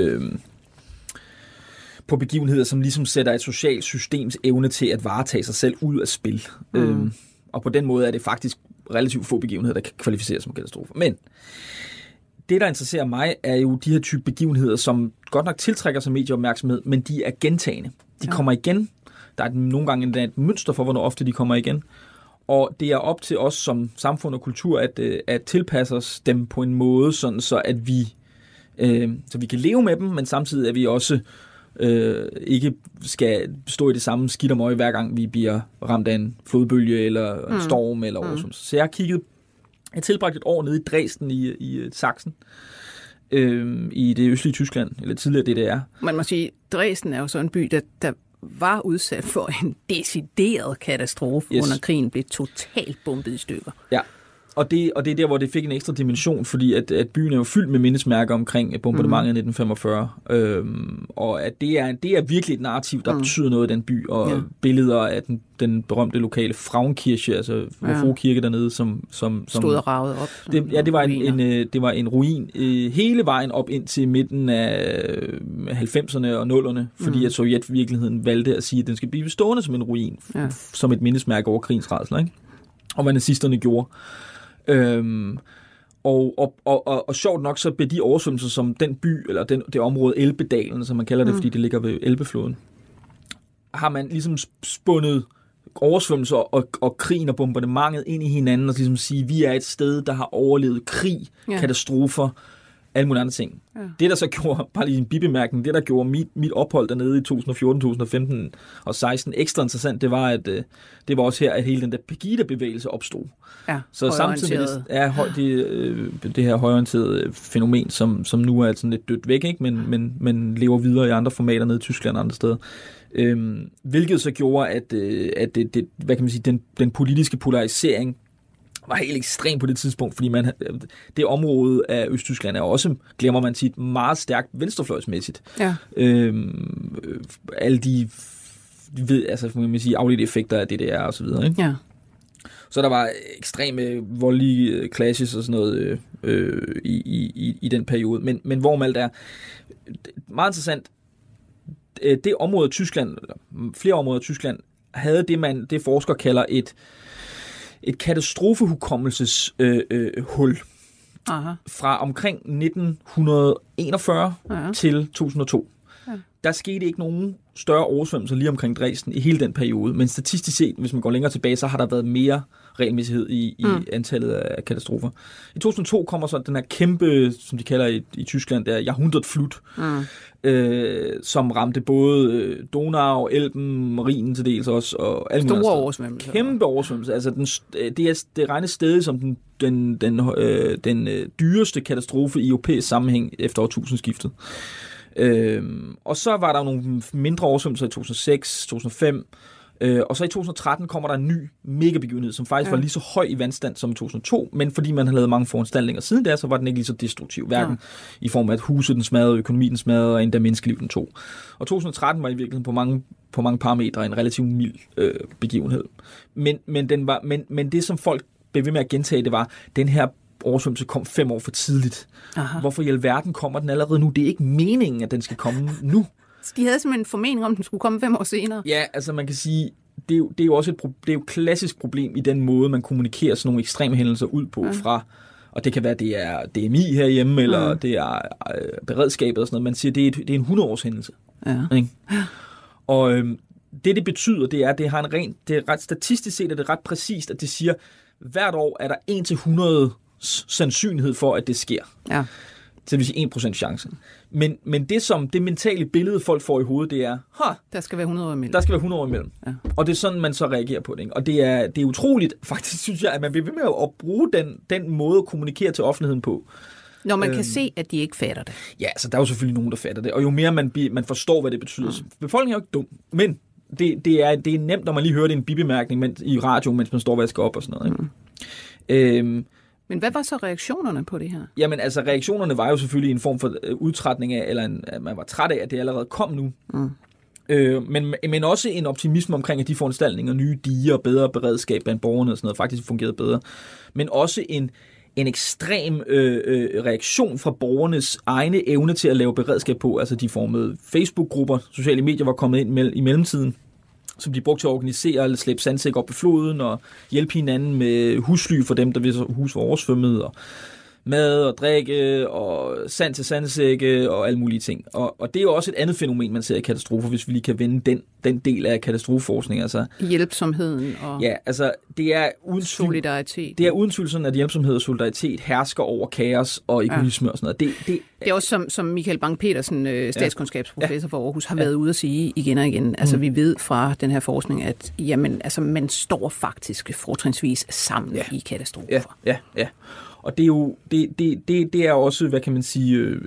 på begivenheder, som ligesom sætter et socialt systems evne til at varetage sig selv ud af spil. Og på den måde er det faktisk relativt få begivenheder, der kan kvalificeres som katastrofer. Men det, der interesserer mig, er jo de her type begivenheder, som godt nok tiltrækker sig medieopmærksomhed, men de er gentagende. De kommer igen. Der er nogle gange et mønster for, hvornår ofte de kommer igen. Og det er op til os som samfund og kultur at tilpasse os dem på en måde, sådan så at vi kan leve med dem, men samtidig at vi også ikke skal stå i det samme skidt og møg, hver gang vi bliver ramt af en flodbølge eller en storm eller oversvømmelse. Så jeg har tilbragt et år nede i Dresden i Sachsen, i det østlige Tyskland, eller tidligere DDR. Man må sige, Dresden er jo så en by, der var udsat for en decideret katastrofe under krigen, blev totalt bombet i stykker. Ja, og det er der, hvor det fik en ekstra dimension, fordi at byen er jo fyldt med mindesmærker omkring bombardementet i 1945, og at det er virkelig et narrativ, der betyder noget i den by, og billeder af den berømte lokale Frauenkirche, altså Vor Kirke dernede, som stod og raget op. Det var en ruin hele vejen op ind til midten af 90'erne og 0'erne, fordi at Sovjet-virkeligheden valgte at sige, at den skal blive stående som en ruin, som et mindesmærke over krigens rædsler, ikke? Og hvad nazisterne gjorde. Og sjovt nok, så blev de oversvømmelser, som den by, eller det område Elbedalen, som man kalder det, fordi det ligger ved Elbefloden, har man ligesom spundet oversvømmelser og krigen og bombardementet ind i hinanden, og ligesom sige, vi er et sted, der har overlevet krig, katastrofer, alle mulige andre ting. Ja. Det, der så gjorde, bare lige en bibemærkning, det, der gjorde mit ophold dernede i 2014, 2015 og 16 ekstra interessant, det var, at det var også her, at hele den der Pegida-bevægelse opstod. Ja, så samtidig det her højorienterede fænomen, som nu er sådan lidt dødt væk, ikke? Men lever videre i andre formater nede i Tyskland og andre steder. Hvilket så gjorde, at det, hvad kan man sige, den politiske polarisering var helt ekstrem på det tidspunkt, fordi det område af Østtyskland er også, glemmer man tit, meget stærkt venstrefløjsmæssigt. Ja. Alle de altså, man kan sige, afledte effekter af DDR og så videre, ikke? Ja. Så der var ekstreme voldelige clashes og sådan noget i den periode. Men hvorom alt er meget interessant, det område af Tyskland, eller flere områder af Tyskland, havde det forskere kalder et katastrofehukommelseshul fra omkring 1941 til 2002. Ja. Der skete ikke nogen større oversvømmelser lige omkring Dresden i hele den periode, men statistisk set, hvis man går længere tilbage, så har der været mere regelmæssighed i antallet af katastrofer. I 2002 kommer så den her kæmpe, som de kalder i Tyskland, der Jahrhundertflut, som ramte både Donau, Elben, Rhinen til dels også, og alle store oversvømmelser. Kæmpe oversvømmelser. Altså det regnes stadig som den dyreste katastrofe i europæisk sammenhæng efter årtusindskiftet. Og så var der nogle mindre oversvømmelser i 2006, 2005, og så i 2013 kommer der en ny megabegivenhed, som faktisk var lige så høj i vandstand som i 2002, men fordi man har lavet mange foranstaltninger siden der, så var den ikke lige så destruktiv, hverken i form af, at huset den smadrede, økonomien den smadrede, og endda menneskeliv den tog. Og 2013 var i virkeligheden på mange parametre en relativt mild begivenhed. Men det, som folk blev ved med at gentage, det var, den her oversvømmelse kom 5 år for tidligt. Aha. Hvorfor i alverden kommer den allerede nu? Det er ikke meningen, at den skal komme nu. De havde simpelthen en formening om, at den skulle komme 5 år senere. Ja, altså man kan sige, det er jo også et klassisk problem i den måde, man kommunikerer sådan nogle ekstreme hændelser ud på fra, og det kan være, det er DMI herhjemme, eller det er beredskabet og sådan noget. Man siger, det er en 100-års hændelse. Ja. Ikke? Og det betyder, det er, det har det er ret statistisk set, er det ret præcist, at det siger, hvert år er der 1-100 sandsynlighed for, at det sker. Ja. Så det vil sige 1% chance. Men det mentale billede, folk får i hovedet, det er, der skal være 100 år imellem. Der skal være 100 år imellem. Ja. Og det er sådan, man så reagerer på det. Ikke? Og det er utroligt, faktisk synes jeg, at man bliver ved med at bruge den måde at kommunikere til offentligheden på. Når man kan se, at de ikke fatter det. Ja, så der er jo selvfølgelig nogen, der fatter det. Og jo mere man forstår, hvad det betyder. Befolkningen er jo ikke dum, men det er nemt, når man lige hører det i en bibemærkning i radio, mens man står og vasker op og sådan noget. Ikke? Men hvad var så reaktionerne på det her? Jamen altså, reaktionerne var jo selvfølgelig en form for udtrætning af, eller at man var træt af, at det allerede kom nu. Men også en optimisme omkring, at de foranstaltninger, nye diger og bedre beredskab blandt borgerne og sådan noget, faktisk fungerede bedre. Men også en ekstrem reaktion fra borgernes egne evne til at lave beredskab på. Altså de formede Facebook-grupper, sociale medier var kommet ind i mellemtiden, som de brugte til at organisere eller slæbe sandsæk op i floden og hjælpe hinanden med husly for dem, der hvis hus var oversvømmet, og mad og drikke og sand til sandsække og alle mulige ting. Og det er jo også et andet fænomen, man ser i katastrofer, hvis vi lige kan vende den del af katastrofeforskning. Altså, hjælpsomheden og ja, altså, det er uden solidaritet. Det er uden tvivl sådan, at hjælpsomhed og solidaritet hersker over kaos og egoisme og sådan noget. Det er også som Michael Bang-Petersen, statskundskabsprofessor for Aarhus, har været ude at sige igen og igen. Altså vi ved fra den her forskning, at jamen, altså, man står faktisk fortrinsvis sammen i katastrofer. Ja. Og det er jo det er også, hvad kan man sige,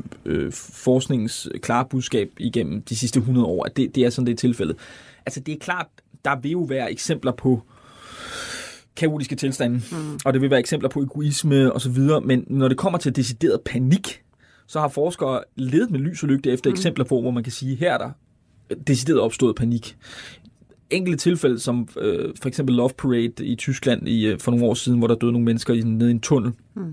forskningens klare budskab igennem de sidste 100 år, at det er sådan, det er tilfældet. Altså det er klart, der vil jo være eksempler på kaotiske tilstande, og det vil være eksempler på egoisme og så videre, men når det kommer til decideret panik, så har forskere ledet med lys og lygte efter eksempler på, hvor man kan sige, her er der decideret opstået panik. Enkelte tilfælde, som for eksempel Love Parade i Tyskland for nogle år siden, hvor der døde nogle mennesker nede i en tunnel.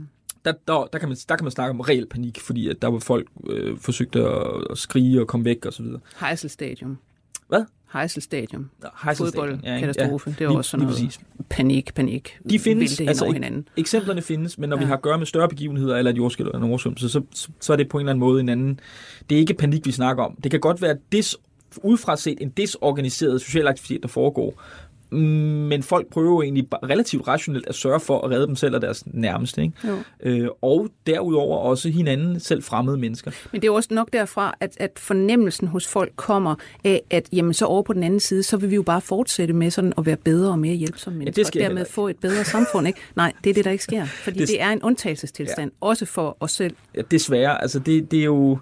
Der kan man snakke om reel panik, fordi at der var folk forsøgte at skrige og komme væk og så videre. Heysel-stadium. Hvad? Heysel-stadium. Fodboldkatastrofe. Det er også sådan noget panik. De findes, altså hinanden. Eksemplerne findes, men når vi har at gøre med større begivenheder, eller et jordskælv eller en oversvømmelse, så er det på en eller anden måde en anden. Det er ikke panik, vi snakker om. Det kan godt være udefra set en desorganiseret social aktivitet, der foregår. Men folk prøver jo egentlig relativt rationelt at sørge for at redde dem selv og deres nærmeste. Ikke? Og derudover også hinanden, selv fremmede mennesker. Men det er også nok derfra, at fornemmelsen hos folk kommer af, at jamen, så over på den anden side, så vil vi jo bare fortsætte med sådan at være bedre og mere hjælpsomme mennesker, og dermed få et bedre samfund. Ikke? Nej, det er det, der ikke sker. Fordi det er en undtagelsestilstand, også for os selv. Ja, desværre. Altså det er jo...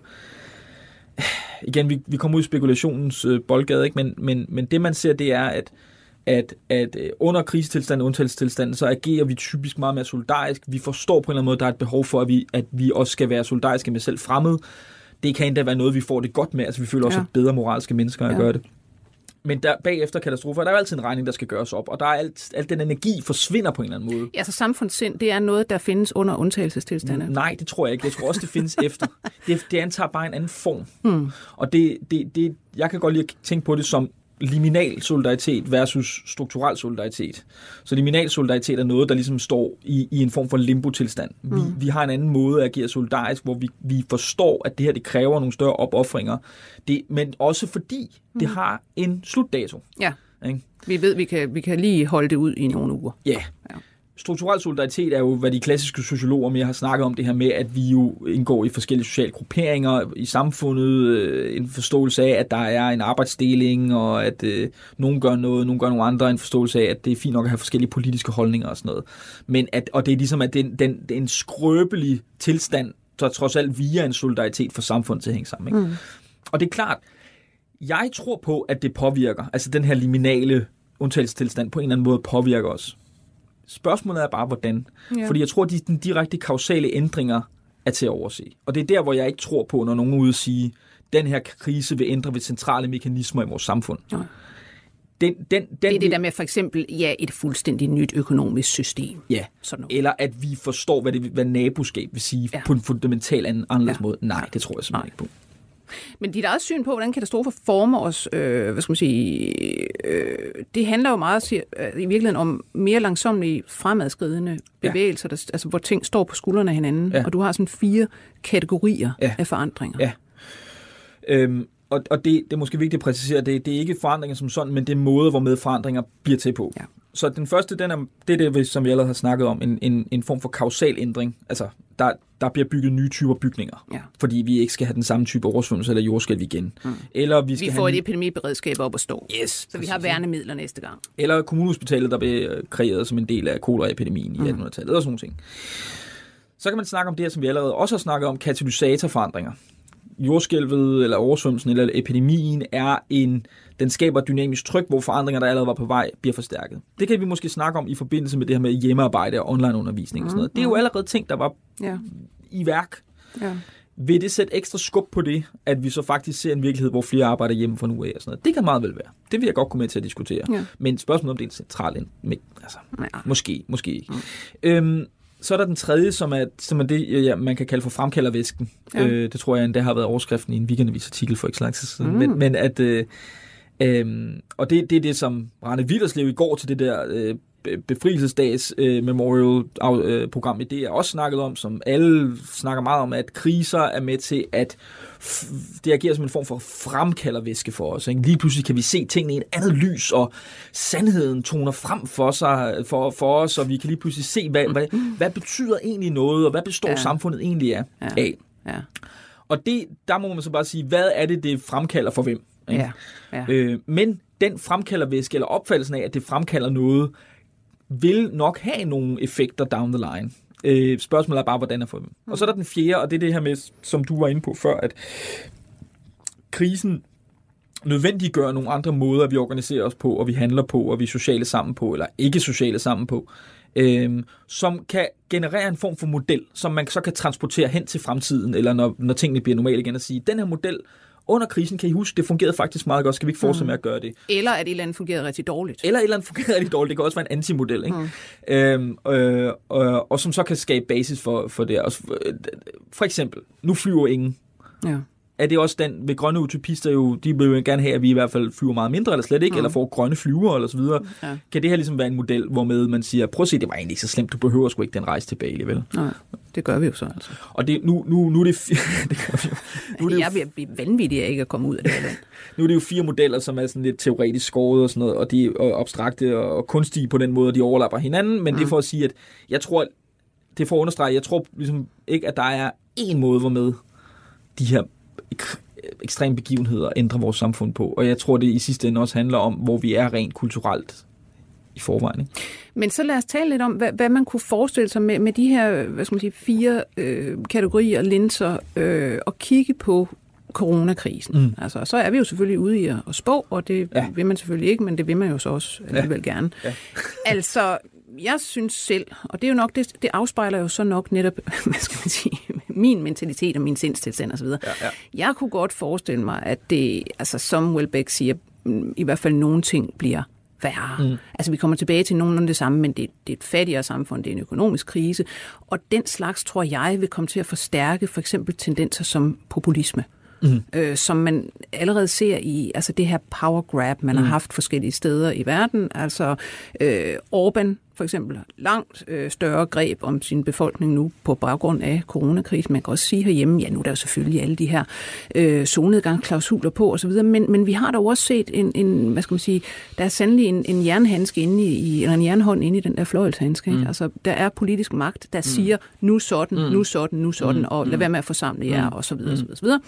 Igen, vi kommer ud i spekulationens boldgade, ikke? Men det man ser, det er, at under krisetilstand og undtagelsestilstand, så agerer vi typisk meget mere solidarisk. Vi forstår på en eller anden måde, der er et behov for, at vi også skal være solidariske med selv fremmede. Det kan endda være noget, vi får det godt med. Altså vi føler også et bedre moralske mennesker at gøre det. Men der, bagefter katastrofer, der er jo altid en regning, der skal gøres op, og der er alt den energi forsvinder på en eller anden måde. Altså samfundssind, det er noget, der findes under undtagelsestilstande? Nej, det tror jeg ikke. Jeg tror også, det findes efter. Det antager bare en anden form. Og jeg kan godt lide at tænke på det som liminal solidaritet versus strukturel solidaritet. Så liminal solidaritet er noget, der ligesom står i en form for limbo-tilstand. Vi har en anden måde at agere solidarisk, hvor vi forstår, at det her det kræver nogle større opoffringer. Men også fordi det har en slutdato. Ja. Ikke? Vi ved, vi kan lige holde det ud i nogle uger. Ja. Strukturel solidaritet er jo, hvad de klassiske sociologer mere har snakket om, det her med, at vi jo indgår i forskellige sociale grupperinger i samfundet, en forståelse af, at der er en arbejdsdeling, og at nogen gør noget, nogen gør nogle andre, en forståelse af, at det er fint nok at have forskellige politiske holdninger og sådan noget. Men og det er ligesom, at det er en skrøbelig tilstand, så trods alt via en solidaritet for samfundet til at hænge sammen. Ikke? Og det er klart, jeg tror på, at det påvirker, altså den her liminale undtagelsestilstand på en eller anden måde påvirker os. Spørgsmålet er bare, hvordan. Ja. Fordi jeg tror, at de direkte kausale ændringer er til at overse. Og det er der, hvor jeg ikke tror på, når nogen er ude at sige, at den her krise vil ændre ved centrale mekanismer i vores samfund. Ja. Det er det der med for eksempel et fuldstændig nyt økonomisk system. Ja, eller at vi forstår, hvad naboskab vil sige på en fundamental anderledes måde. Nej, det tror jeg simpelthen ikke på. Men dit eget syn på, hvordan katastrofer former os, det handler jo meget i virkeligheden om mere langsomlige fremadskridende bevægelser, altså hvor ting står på skuldrene af hinanden, og du har sådan 4 kategorier af forandringer. Ja. Og det er måske vigtigt at præcisere, det er ikke forandringer som sådan, men det er måder, hvormed forandringer bliver til på. Ja. Så den første, det er det, som vi allerede har snakket om, en form for kausal ændring. Altså, der bliver bygget nye typer bygninger, fordi vi ikke skal have den samme type oversvømmelse eller jordskælv igen. Eller vi får et epidemiberedskab op at stå, yes, så vi har værnemidler næste gang. Eller kommunehospitalet, der blev kreeret som en del af koleraepidemien i 1800-tallet og sådan nogle ting. Så kan man snakke om det her, som vi allerede også har snakket om, katalysatorforandringer. jordskælvet eller oversvømmelsen eller epidemien den skaber et dynamisk tryk, hvor forandringer, der allerede var på vej, bliver forstærket. Det kan vi måske snakke om i forbindelse med det her med hjemmearbejde og onlineundervisning og sådan noget. Det er jo allerede ting, der var i værk. Ja. Vil det sætte ekstra skub på det, at vi så faktisk ser en virkelighed, hvor flere arbejder hjemme fra nu af og sådan noget? Det kan meget vel være. Det vil jeg godt komme med til at diskutere. Ja. Men spørgsmålet om det er centralt, altså, måske ikke. Så er der den tredje, som er det, man kan kalde for fremkaldervæsken. Ja. Det tror jeg endda har været overskriften i en weekendavis-artikel for ikke så lang tid siden. Men at... og det er det, som Rane Willerslev i går til det der befrielsesdags memorial-program i DR også snakket om, som alle snakker meget om, at kriser er med til at det agerer som en form for fremkaldervæske for os. Ikke? Lige pludselig kan vi se tingene i et andet lys, og sandheden toner frem for os, og vi kan lige pludselig se, hvad betyder egentlig noget, og hvad består samfundet egentlig af. Ja. Og der må man så bare sige, hvad er det fremkalder for hvem? Ikke? Ja. Men den fremkaldervæske, eller opfattelsen af, at det fremkalder noget, vil nok have nogle effekter down the line. Spørgsmålet er bare, hvordan er for dem. Og så er der den fjerde, og det er det her med, som du var inde på før, at krisen nødvendiggør nogle andre måder, vi organiserer os på, og vi handler på, og vi er sociale sammen på, eller ikke sociale sammen på, som kan generere en form for model, som man så kan transportere hen til fremtiden, eller når tingene bliver normale igen, at sige, den her model under krisen, kan I huske, det fungerede faktisk meget godt. Skal vi ikke fortsætte med at gøre det? Eller at et eller andet fungerede rigtig dårligt. Det kan også være en antimodel, ikke? Og som så kan skabe basis for det. For eksempel, nu flyver ingen. Ja. Er det også den, ved grønne utopister jo, de vil jo gerne have, at vi i hvert fald flyver meget mindre, eller slet ikke, eller får grønne flyver, eller så videre. Ja. Kan det her ligesom være en model, hvormed man siger, prøv at se, det var egentlig ikke så slemt, du behøver sgu ikke den rejse tilbage alligevel. Nej, det gør vi jo så altså. Og det, nu er det det gør vi jo. Nu er det jeg bliver vanvittig af ikke at komme ud af det her land. Nu er det jo 4 modeller, som er sådan lidt teoretisk skåret og sådan noget, og de er abstrakte og kunstige på den måde, og de overlapper hinanden, men det er for at sige, at jeg tror, det er for at understrege, jeg tror ligesom ikke, at der er én måde, hvormed de her ekstreme begivenheder ændrer vores samfund på. Og jeg tror, det i sidste ende også handler om, hvor vi er rent kulturelt i forvejen. Ikke? Men så lad os tale lidt om, hvad man kunne forestille sig med de her, hvad skal man sige, 4 kategorier linser, og kigge på coronakrisen. Altså, så er vi jo selvfølgelig ude i at spå, og det vil man selvfølgelig ikke, men det vil man jo så også alligevel gerne. Ja. Altså, jeg synes selv, og det er jo nok det afspejler jo så nok netop, hvad skal man sige, min mentalitet og min sindstilstand og så videre. Ja. Jeg kunne godt forestille mig, at det, altså som Welbeck siger, i hvert fald nogle ting bliver værre. Altså vi kommer tilbage til nogenlunde det samme, men det er et fattigere samfund, det er en økonomisk krise, og den slags tror jeg vil komme til at forstærke for eksempel tendenser som populisme. Som man allerede ser i altså det her power grab, man har haft forskellige steder i verden. Altså Orbán for eksempel langt større greb om sin befolkning nu på baggrund af coronakrisen. Man kan også sige herhjemme, ja nu er der jo selvfølgelig alle de her solnedgangsklausuler på osv., men vi har da også set en hvad skal man sige, der er sandelig en jernhandske eller en jernhånd inde i den der fløjelshandske. Altså der er politisk magt, der siger nu sådan, og lad være med at forsamle jer, og så videre, så videre.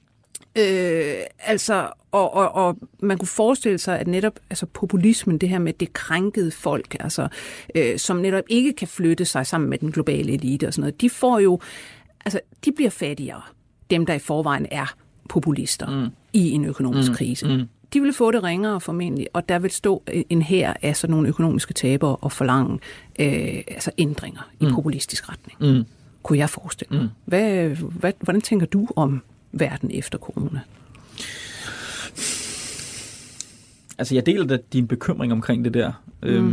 Altså, og man kunne forestille sig, at netop altså populismen, det her med det krænkede folk, altså, som netop ikke kan flytte sig sammen med den globale elite og sådan noget, de får jo, altså, de bliver fattigere, dem der i forvejen er populister i en økonomisk krise. De vil få det ringere formentlig, og der vil stå en hær af sådan nogle økonomiske tabere og forlange altså ændringer i populistisk retning. Kunne jeg forestille mig. Hvordan tænker du om verden efter corona? Altså, jeg deler da din bekymring omkring det der.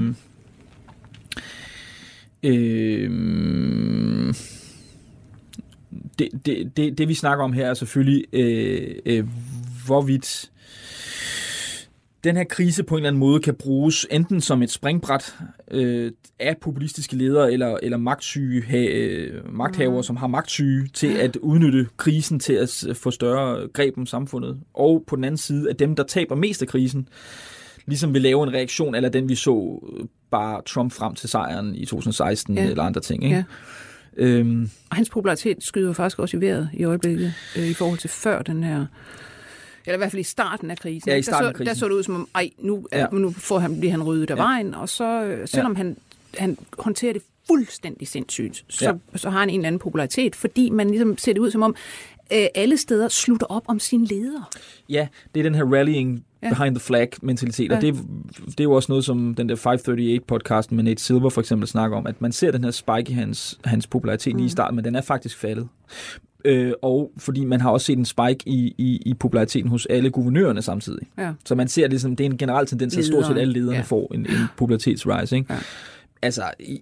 Det vi snakker om her er selvfølgelig, hvorvidt den her krise på en eller anden måde kan bruges enten som et springbræt af populistiske ledere eller magtsyge magthavere, som har magtsyge til at udnytte krisen til at få større greb om samfundet. Og på den anden side, at dem, der taber mest af krisen, ligesom vil lave en reaktion, eller den vi så bare Trump frem til sejren i 2016 eller andre ting. Ikke? Ja. Og hans popularitet skyder faktisk også i vejret i øjeblikket i forhold til før den her, eller i hvert fald i starten af krisen. Ja, i starten af krisen. Der så det ud som om, nu bliver han ryddet af vejen, og så, selvom han håndterer det fuldstændig sindssygt, så har han en eller anden popularitet, fordi man ligesom ser det ud som om, alle steder slutter op om sine ledere. Ja, det er den her rallying behind the flag-mentalitet, og det er jo også noget, som den der 538-podcasten med Nate Silver for eksempel snakker om, at man ser den her spike i hans popularitet lige i starten, men den er faktisk faldet. Og fordi man har også set en spike i populariteten hos alle guvernørerne samtidig. Ja. Så man ser det som, det er en generel tendens, at stort set alle lederne får en popularitetsrise, ikke? Ja. Altså,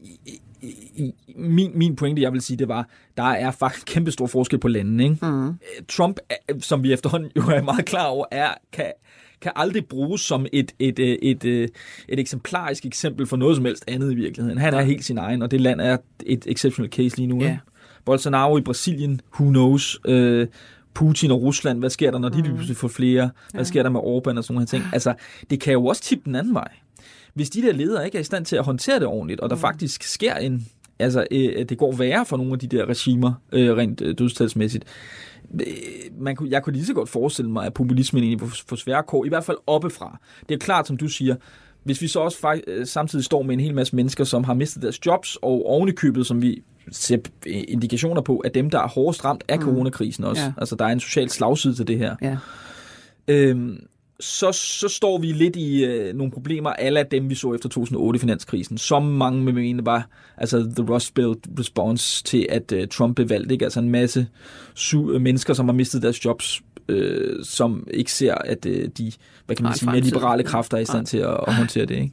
min pointe, jeg vil sige, det var, der er faktisk kæmpe stor forskel på landene, ikke? Mm. Trump, som vi efterhånden jo er meget klar over, kan aldrig bruges som et eksemplarisk eksempel for noget som helst andet i virkeligheden. Han er helt sin egen, og det land er et exceptional case lige nu. Yeah. Bolsonaro i Brasilien, who knows? Putin og Rusland, hvad sker der, når de pludselig får flere? Hvad sker der med Orbán og sådan nogle ting? Altså, det kan jo også tippe den anden vej. Hvis de der ledere ikke er i stand til at håndtere det ordentligt, og der faktisk sker det går værre for nogle af de der regimer, rent dødstalsmæssigt. Jeg kunne lige så godt forestille mig, at populismen egentlig får svære kår, i hvert fald oppefra. Det er klart, som du siger, hvis vi så også samtidig står med en hel masse mennesker, som har mistet deres jobs, og ovenikøbet, som vi ser indikationer på, at dem, der er hårdest ramt af coronakrisen også. Ja. Altså, der er en social slagside til det her. Ja. Så står vi lidt i nogle problemer, alle af dem, vi så efter 2008-finanskrisen, som mange med mene var altså the Rust Belt response til, at Trump blev valgt. Ikke? Altså en masse mennesker, som har mistet deres jobs, som ikke ser, at de, hvad kan man sige, mere liberale kræfter er i stand til at håndtere det. Ikke?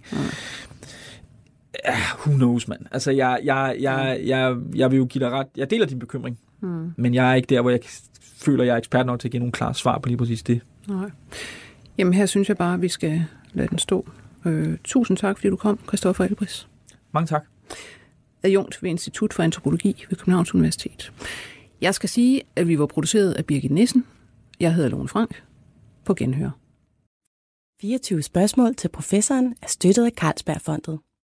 Who knows, mand. Altså, jeg vil jo give dig ret. Jeg deler din bekymring, men jeg er ikke der, hvor jeg føler, jeg er ekspert nok til at give nogle klare svar på lige præcis det. Nej. Jamen, her synes jeg bare, at vi skal lade den stå. Tusind tak, fordi du kom, Christoffer Elbris. Mange tak. Adjunkt ved Institut for Antropologi ved Københavns Universitet. Jeg skal sige, at vi var produceret af Birgit Nissen. Jeg hedder Lone Frank. På genhør. 24 spørgsmål til professoren er støttet af Carlsbergfondet.